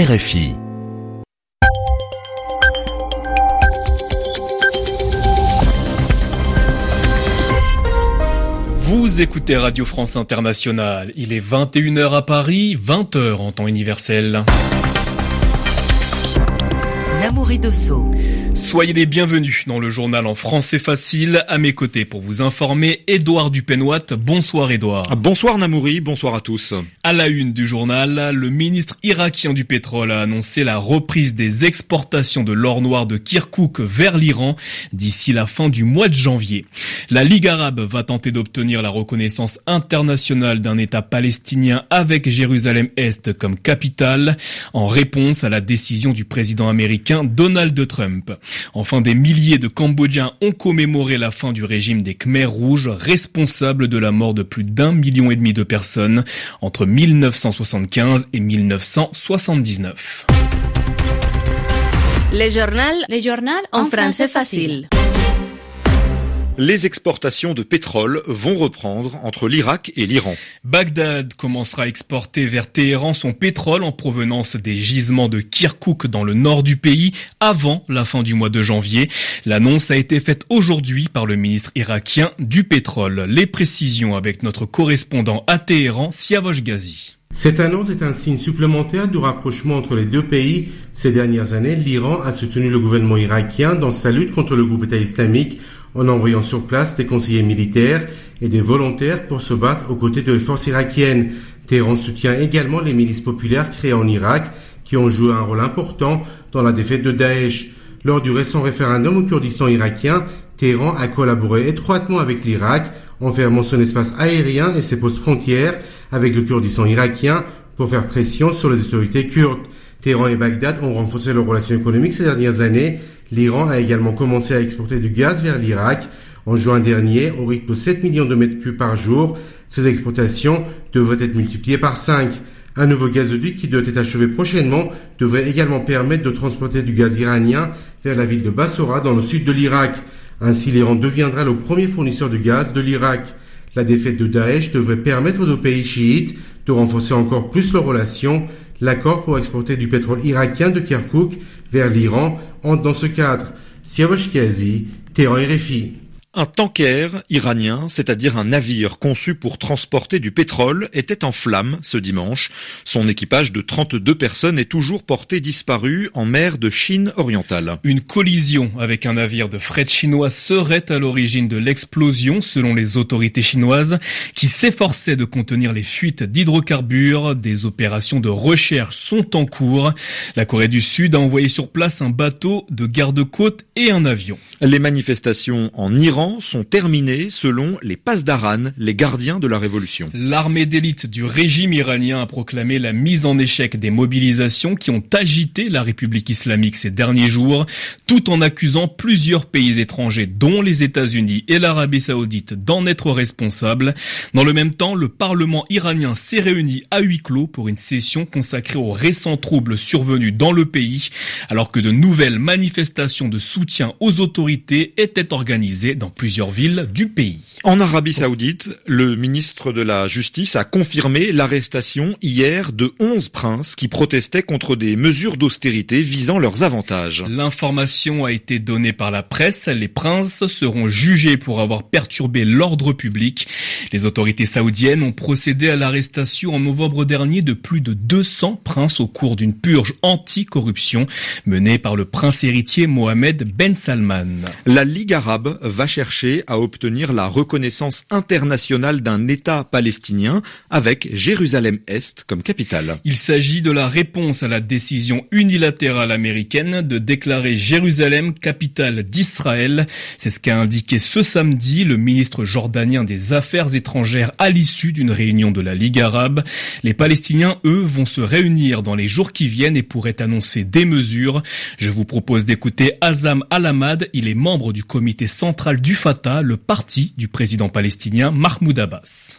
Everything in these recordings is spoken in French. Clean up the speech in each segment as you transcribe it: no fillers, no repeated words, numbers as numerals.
RFI. Vous écoutez Radio France Internationale. Il est 21h à Paris, 20h en temps universel. Namouri Dosso. Soyez les bienvenus dans le journal en français facile. À mes côtés pour vous informer, Édouard Dupenoit. Bonsoir Édouard. Bonsoir Namouri, bonsoir à tous. À la une du journal, le ministre irakien du pétrole a annoncé la reprise des exportations de l'or noir de Kirkouk vers l'Iran d'ici la fin du mois de janvier. La Ligue arabe va tenter d'obtenir la reconnaissance internationale d'un État palestinien avec Jérusalem-Est comme capitale en réponse à la décision du président américain Donald Trump. Enfin, des milliers de Cambodgiens ont commémoré la fin du régime des Khmers rouges, responsable de la mort de plus d'1,5 million de personnes entre 1975 et 1979. Le journal en français facile. Les exportations de pétrole vont reprendre entre l'Irak et l'Iran. Bagdad commencera à exporter vers Téhéran son pétrole en provenance des gisements de Kirkouk dans le nord du pays avant la fin du mois de janvier. L'annonce a été faite aujourd'hui par le ministre irakien du pétrole. Les précisions avec notre correspondant à Téhéran, Siavosh Ghazi. Cette annonce est un signe supplémentaire du rapprochement entre les deux pays. Ces dernières années, l'Iran a soutenu le gouvernement irakien dans sa lutte contre le groupe État islamique en envoyant sur place des conseillers militaires et des volontaires pour se battre aux côtés des forces irakiennes. Téhéran soutient également les milices populaires créées en Irak qui ont joué un rôle important dans la défaite de Daesh. Lors du récent référendum au Kurdistan irakien, Téhéran a collaboré étroitement avec l'Irak en fermant son espace aérien et ses postes frontières avec le Kurdistan irakien pour faire pression sur les autorités kurdes. Téhéran et Bagdad ont renforcé leurs relations économiques ces dernières années. L'Iran a également commencé à exporter du gaz vers l'Irak. En juin dernier, au rythme de 7 millions de mètres cubes par jour, ces exportations devraient être multipliées par 5. Un nouveau gazoduc qui doit être achevé prochainement devrait également permettre de transporter du gaz iranien vers la ville de Bassora dans le sud de l'Irak. Ainsi, l'Iran deviendra le premier fournisseur de gaz de l'Irak. La défaite de Daesh devrait permettre aux deux pays chiites de renforcer encore plus leurs relations. L'accord pour exporter du pétrole irakien de Kirkouk vers l'Iran entre dans ce cadre. Siavosh Ghazi, Téhéran RFI. Un tanker iranien, c'est-à-dire un navire conçu pour transporter du pétrole, était en flammes ce dimanche. Son équipage de 32 personnes est toujours porté disparu en mer de Chine orientale. Une collision avec un navire de fret chinois serait à l'origine de l'explosion, selon les autorités chinoises, qui s'efforçaient de contenir les fuites d'hydrocarbures. Des opérations de recherche sont en cours. La Corée du Sud a envoyé sur place un bateau de garde-côte et un avion. Les manifestations en Iran sont terminés selon les Pasdaran, les gardiens de la révolution. L'armée d'élite du régime iranien a proclamé la mise en échec des mobilisations qui ont agité la République islamique ces derniers jours, tout en accusant plusieurs pays étrangers, dont les États-Unis et l'Arabie saoudite, d'en être responsables. Dans le même temps, le Parlement iranien s'est réuni à huis clos pour une session consacrée aux récents troubles survenus dans le pays, alors que de nouvelles manifestations de soutien aux autorités étaient organisées dans plusieurs villes du pays. En Arabie Saoudite, le ministre de la Justice a confirmé l'arrestation hier de 11 princes qui protestaient contre des mesures d'austérité visant leurs avantages. L'information a été donnée par la presse. Les princes seront jugés pour avoir perturbé l'ordre public. Les autorités saoudiennes ont procédé à l'arrestation en novembre dernier de plus de 200 princes au cours d'une purge anti-corruption menée par le prince héritier Mohamed Ben Salman. La Ligue arabe va chercher à obtenir la reconnaissance internationale d'un État palestinien avec Jérusalem-Est comme capitale. Il s'agit de la réponse à la décision unilatérale américaine de déclarer Jérusalem capitale d'Israël. C'est ce qu'a indiqué ce samedi le ministre jordanien des Affaires étrangères à l'issue d'une réunion de la Ligue arabe. Les Palestiniens, eux, vont se réunir dans les jours qui viennent et pourraient annoncer des mesures. Je vous propose d'écouter Azam Al-Hamad. Il est membre du comité central du Fatah, le parti du président palestinien Mahmoud Abbas.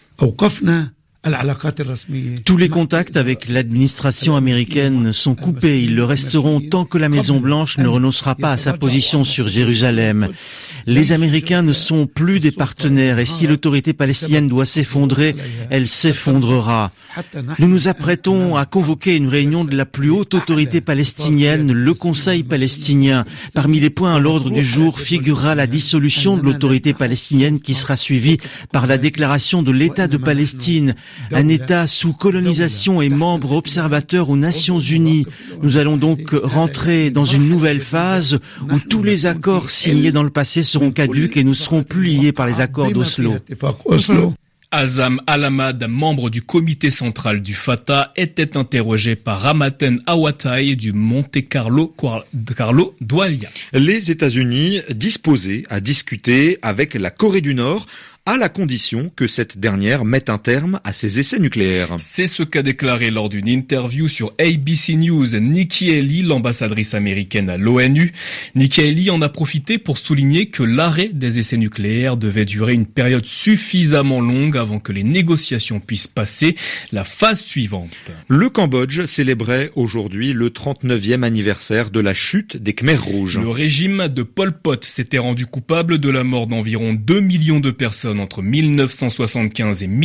Tous les contacts avec l'administration américaine sont coupés. Ils le resteront tant que la Maison-Blanche ne renoncera pas à sa position sur Jérusalem. Les Américains ne sont plus des partenaires et si l'autorité palestinienne doit s'effondrer, elle s'effondrera. Nous nous apprêtons à convoquer une réunion de la plus haute autorité palestinienne, le Conseil palestinien. Parmi les points à l'ordre du jour figurera la dissolution de l'autorité palestinienne qui sera suivie par la déclaration de l'État de Palestine, un État sous colonisation et membre observateur aux Nations Unies. Nous allons donc rentrer dans une nouvelle phase où tous les accords signés dans le passé seront caducs et nous serons plus liés par les accords d'Oslo. Azam Al-Ahmad, membre du comité central du Fatah, était interrogé par Ramaten Awatai du Monte Carlo Doualiya. Les États-Unis disposés à discuter avec la Corée du Nord à la condition que cette dernière mette un terme à ses essais nucléaires. C'est ce qu'a déclaré lors d'une interview sur ABC News Nikki Haley, l'ambassadrice américaine à l'ONU. Nikki Haley en a profité pour souligner que l'arrêt des essais nucléaires devait durer une période suffisamment longue avant que les négociations puissent passer la phase suivante. Le Cambodge célébrait aujourd'hui le 39e anniversaire de la chute des Khmers rouges. Le régime de Pol Pot s'était rendu coupable de la mort d'environ 2 millions de personnes entre 1975 et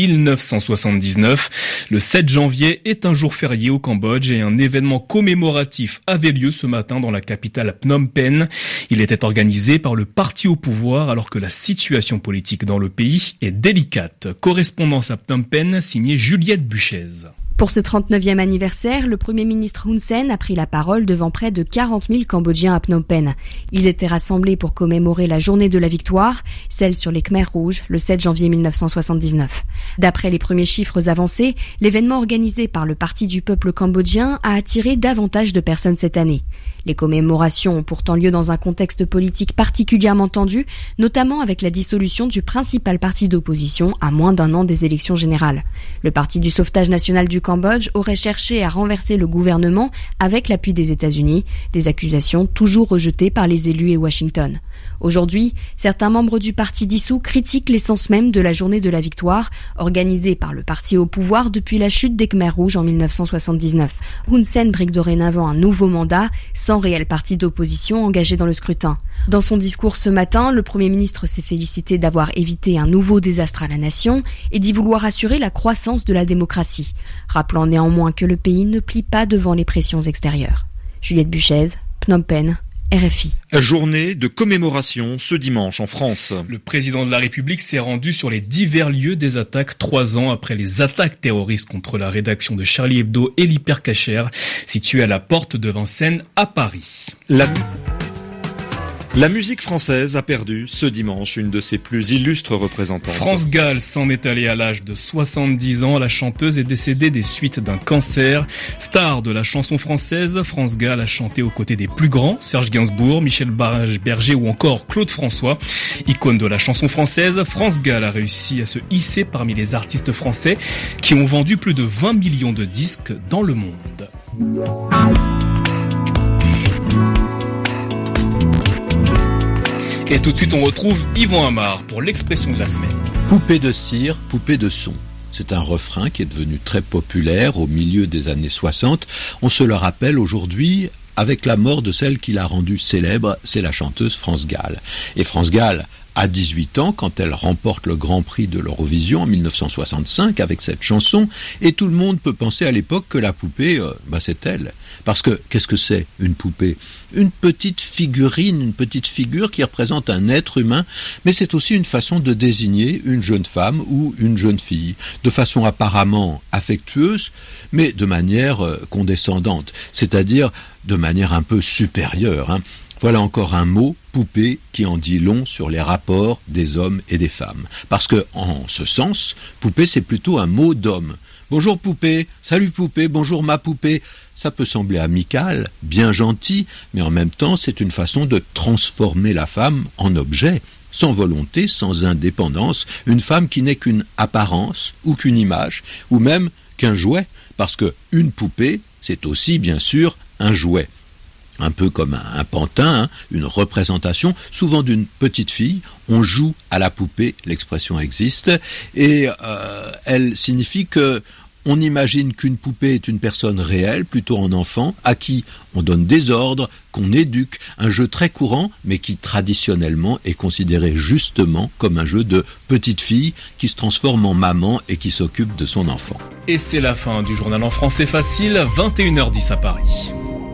1979. Le 7 janvier est un jour férié au Cambodge et un événement commémoratif avait lieu ce matin dans la capitale Phnom Penh. Il était organisé par le parti au pouvoir alors que la situation politique dans le pays est délicate. Correspondance à Phnom Penh signée Juliette Buchez. Pour ce 39e anniversaire, le Premier ministre Hun Sen a pris la parole devant près de 40 000 Cambodgiens à Phnom Penh. Ils étaient rassemblés pour commémorer la journée de la victoire, celle sur les Khmers rouges, le 7 janvier 1979. D'après les premiers chiffres avancés, l'événement organisé par le Parti du peuple cambodgien a attiré davantage de personnes cette année. Les commémorations ont pourtant lieu dans un contexte politique particulièrement tendu, notamment avec la dissolution du principal parti d'opposition à moins d'un an des élections générales. Le Parti du sauvetage national du Cambodge aurait cherché à renverser le gouvernement avec l'appui des États-Unis, des accusations toujours rejetées par les élus et Washington. Aujourd'hui, certains membres du parti dissous critiquent l'essence même de la journée de la victoire, organisée par le parti au pouvoir depuis la chute des Khmers rouges en 1979. Hun Sen brigue dorénavant un nouveau mandat, sans réel parti d'opposition engagé dans le scrutin. Dans son discours ce matin, le Premier ministre s'est félicité d'avoir évité un nouveau désastre à la nation et d'y vouloir assurer la croissance de la démocratie, rappelant néanmoins que le pays ne plie pas devant les pressions extérieures. Juliette Buchez, Phnom Penh, RFI. Journée de commémoration ce dimanche en France. Le président de la République s'est rendu sur les divers lieux des attaques 3 ans après les attaques terroristes contre la rédaction de Charlie Hebdo et l'Hypercacher, située à la porte de Vincennes à Paris. La musique française a perdu ce dimanche une de ses plus illustres représentantes. France Gall s'en est allée à l'âge de 70 ans. La chanteuse est décédée des suites d'un cancer. Star de la chanson française, France Gall a chanté aux côtés des plus grands, Serge Gainsbourg, Michel Berger ou encore Claude François. Icône de la chanson française, France Gall a réussi à se hisser parmi les artistes français qui ont vendu plus de 20 millions de disques dans le monde. Et tout de suite, on retrouve Yvon Amar pour l'expression de la semaine. Poupée de cire, poupée de son. C'est un refrain qui est devenu très populaire au milieu des années 60. On se le rappelle aujourd'hui avec la mort de celle qui l'a rendue célèbre, c'est la chanteuse France Gall. Et France Gall a 18 ans quand elle remporte le Grand Prix de l'Eurovision en 1965 avec cette chanson. Et tout le monde peut penser à l'époque que la poupée, c'est elle. Parce que, qu'est-ce que c'est une poupée ? Une petite figurine, une petite figure qui représente un être humain, mais c'est aussi une façon de désigner une jeune femme ou une jeune fille, de façon apparemment affectueuse, mais de manière condescendante, c'est-à-dire de manière un peu supérieure. Voilà encore un mot, poupée, qui en dit long sur les rapports des hommes et des femmes. Parce que, en ce sens, poupée, c'est plutôt un mot d'homme. Bonjour poupée, salut poupée, bonjour ma poupée. Ça peut sembler amical, bien gentil, mais en même temps, c'est une façon de transformer la femme en objet, sans volonté, sans indépendance, une femme qui n'est qu'une apparence ou qu'une image, ou même qu'un jouet, parce que une poupée, c'est aussi bien sûr un jouet. Un peu comme un pantin, une représentation, souvent d'une petite fille. On joue à la poupée, l'expression existe, et elle signifie que On imagine qu'une poupée est une personne réelle, plutôt un enfant, à qui on donne des ordres, qu'on éduque, un jeu très courant, mais qui traditionnellement est considéré justement comme un jeu de petite fille qui se transforme en maman et qui s'occupe de son enfant. Et c'est la fin du journal en français facile, 21h10 à Paris.